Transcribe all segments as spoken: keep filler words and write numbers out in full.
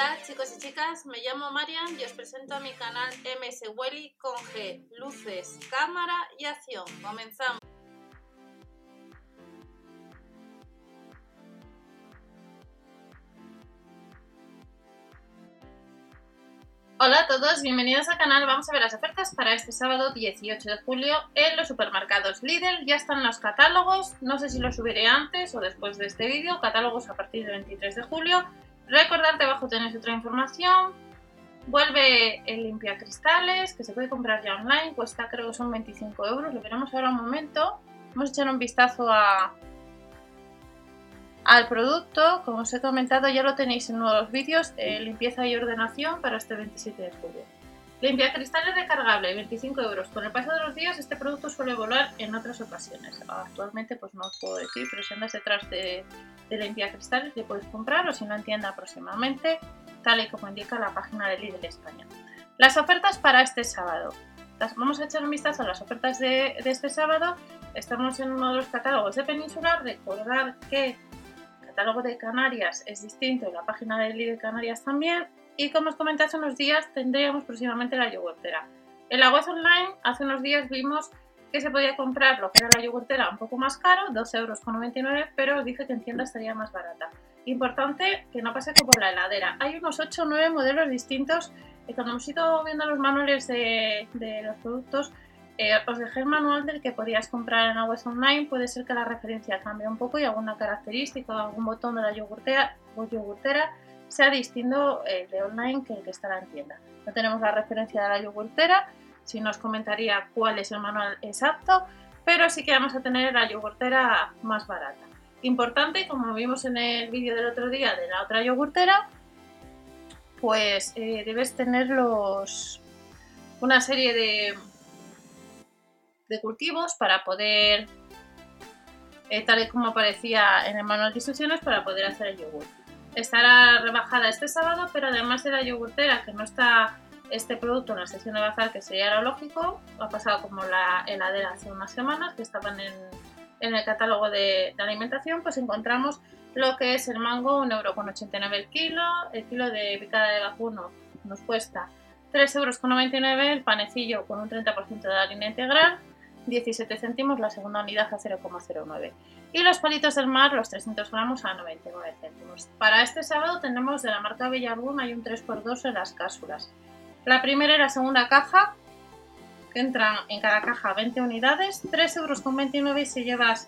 Hola chicos y chicas, me llamo Marian y os presento a mi canal M S Welly con G, luces, cámara y acción. Comenzamos. Hola a todos, bienvenidos al canal. Vamos a ver las ofertas para este sábado dieciocho de julio en los supermercados Lidl. Ya están los catálogos, no sé si los subiré antes o después de este vídeo. Catálogos a partir del veintitrés de julio. Recordad, debajo tenéis otra información. Vuelve el limpiacristales, que se puede comprar ya online, cuesta creo que son veinticinco euros, lo veremos ahora un momento. Vamos a echar un vistazo a, al producto. Como os he comentado, ya lo tenéis en nuevos vídeos, eh, limpieza y ordenación para este veintisiete de julio. Limpiacristales recargable, veinticinco euros. Con el paso de los días este producto suele volar en otras ocasiones. Actualmente pues no os puedo decir, pero si andas detrás de, de limpiacristales le puedes comprar, o si no en tienda próximamente, tal y como indica la página de Lidl España. Las ofertas para este sábado. Las, vamos a echar un vistazo a las ofertas de, de este sábado. Estamos en uno de los catálogos de Península. Recordar que el catálogo de Canarias es distinto y la página de Lidl Canarias también. Y como os comenté hace unos días, tendríamos próximamente la yogurtera. En la web online hace unos días vimos que se podía comprar lo que era la yogurtera un poco más caro, dos euros con noventa y nueve, pero os dije que en tienda estaría más barata. Importante que no pase como la heladera. Hay unos ocho o nueve modelos distintos y cuando hemos ido viendo los manuales de, de los productos, eh, os dejé el manual del que podías comprar en la web online. Puede ser que la referencia cambie un poco y alguna característica o algún botón de la yogurtera, o yogurtera sea distinto el de online que el que estará en tienda. No tenemos la referencia de la yogurtera, si nos comentaría cuál es el manual exacto, pero sí que vamos a tener la yogurtera más barata. Importante, como vimos en el vídeo del otro día de la otra yogurtera, pues eh, debes tener los, una serie de, de cultivos para poder, eh, tal y como aparecía en el manual de instrucciones, para poder hacer el yogur. Estará rebajada este sábado, pero además de la yogurtera, que no está este producto en la sección de bazar, que sería lo lógico, ha pasado como la heladera hace unas semanas, que estaban en, en el catálogo de, de alimentación, pues encontramos lo que es el mango, un euro con ochenta y nueve el kilo, el kilo de picada de vacuno nos cuesta tres euros con noventa y nueve, el panecillo con un treinta por ciento de harina integral, diecisiete céntimos la segunda unidad a cero coma cero nueve. Y los palitos del mar, los trescientos gramos a noventa y nueve céntimos. Para este sábado tenemos de la marca Bellarbun, hay un tres por dos en las cápsulas. La primera y la segunda caja, que entran en cada caja veinte unidades, tres euros con veintinueve, y si llevas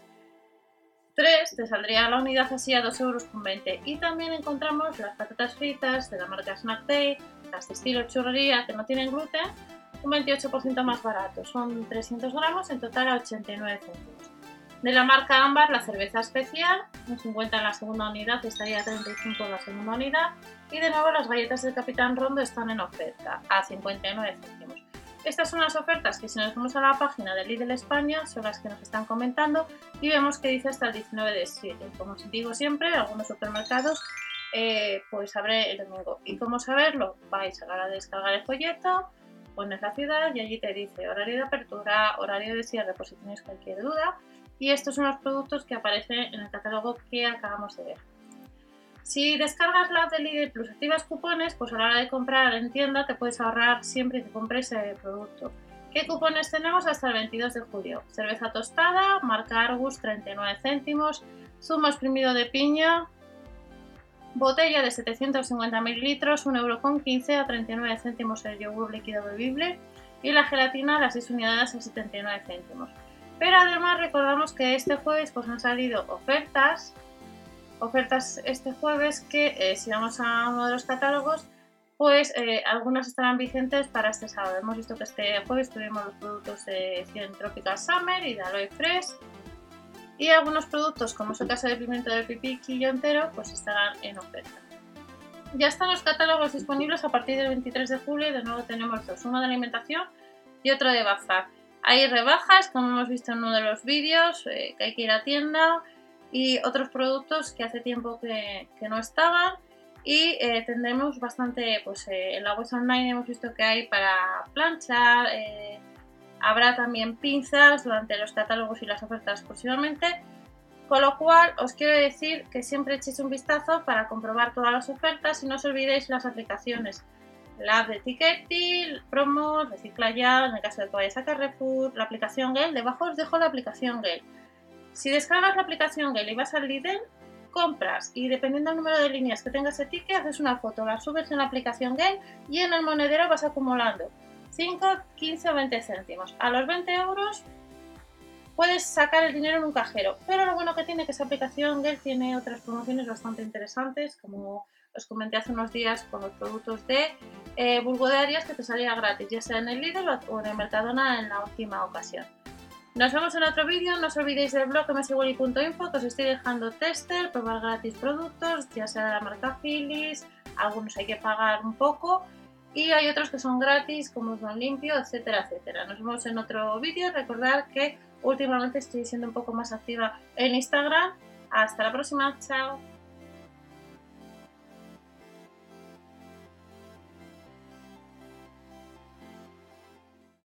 tres te saldría la unidad así a dos euros con veinte. Y también encontramos las patatas fritas de la marca Snack Day, las de estilo churrería que no tienen gluten, un veintiocho por ciento más barato, son trescientos gramos, en total a ochenta y nueve céntimos. De la marca Ámbar, la cerveza especial, un cincuenta en la segunda unidad, estaría a treinta y cinco en la segunda unidad. Y de nuevo las galletas del Capitán Rondo están en oferta, a cincuenta y nueve céntimos. Estas son las ofertas que, si nos vamos a la página de Lidl España, son las que nos están comentando y vemos que dice hasta el diecinueve de siete. Como os digo siempre, algunos supermercados eh, pues abre el domingo. ¿Y cómo saberlo? Vais a la hora de descargar el folleto, pones la ciudad y allí te dice horario de apertura, horario de cierre, por si tenéis cualquier duda. Y estos son los productos que aparecen en el catálogo que acabamos de ver. Si descargas la app de Lidl Plus, activas cupones, pues a la hora de comprar en tienda te puedes ahorrar siempre que compres el producto. ¿Qué cupones tenemos hasta el veintidós de julio? Cerveza tostada, marca Argus, treinta y nueve céntimos, zumo exprimido de piña, botella de setecientos cincuenta mililitros, un euro con quince, a treinta y nueve céntimos el yogur líquido bebible, y la gelatina, las seis unidades a setenta y nueve céntimos. Pero además recordamos que este jueves pues han salido ofertas, ofertas este jueves que eh, si vamos a uno de los catálogos, pues eh, algunas estarán vigentes para este sábado. Hemos visto que este jueves tuvimos los productos de cien Tropical Summer y de Aloe Fresh, y algunos productos, como es el caso de pimiento de pipí quillo entero, pues estarán en oferta. Ya están los catálogos disponibles a partir del veintitrés de julio y de nuevo tenemos dos, uno de alimentación y otro de bazar. Hay rebajas, como hemos visto en uno de los vídeos, eh, que hay que ir a tienda, y otros productos que hace tiempo que, que no estaban. Y eh, tendremos bastante, pues eh, en la web online hemos visto que hay para planchar, eh, habrá también pinzas durante los catálogos y las ofertas próximamente. Con lo cual os quiero decir que siempre echéis un vistazo para comprobar todas las ofertas y no os olvidéis las aplicaciones. La app de Ticketing, Promos, Recicla Ya, en el caso de que vayáis a Carrefour, la aplicación Gale, debajo os dejo la aplicación Gale. Si descargas la aplicación Gale y vas al Lidl, compras y dependiendo del número de líneas que tenga ese ticket, haces una foto, la subes en la aplicación Gale y en el monedero vas acumulando cinco, quince o veinte céntimos. A los veinte euros puedes sacar el dinero en un cajero, pero lo bueno que tiene que esa aplicación Gale tiene otras promociones bastante interesantes, como os comenté hace unos días con los productos de eh, Bulbo de Arias que te salía gratis, ya sea en el Lidl o en el Mercadona en la última ocasión. Nos vemos en otro vídeo, no os olvidéis del blog m s wally punto info que os estoy dejando tester, probar gratis productos, ya sea de la marca Philips, algunos hay que pagar un poco y hay otros que son gratis como Son Limpio, etcétera, etcétera. Nos vemos en otro vídeo, recordad que últimamente estoy siendo un poco más activa en Instagram. Hasta la próxima, chao.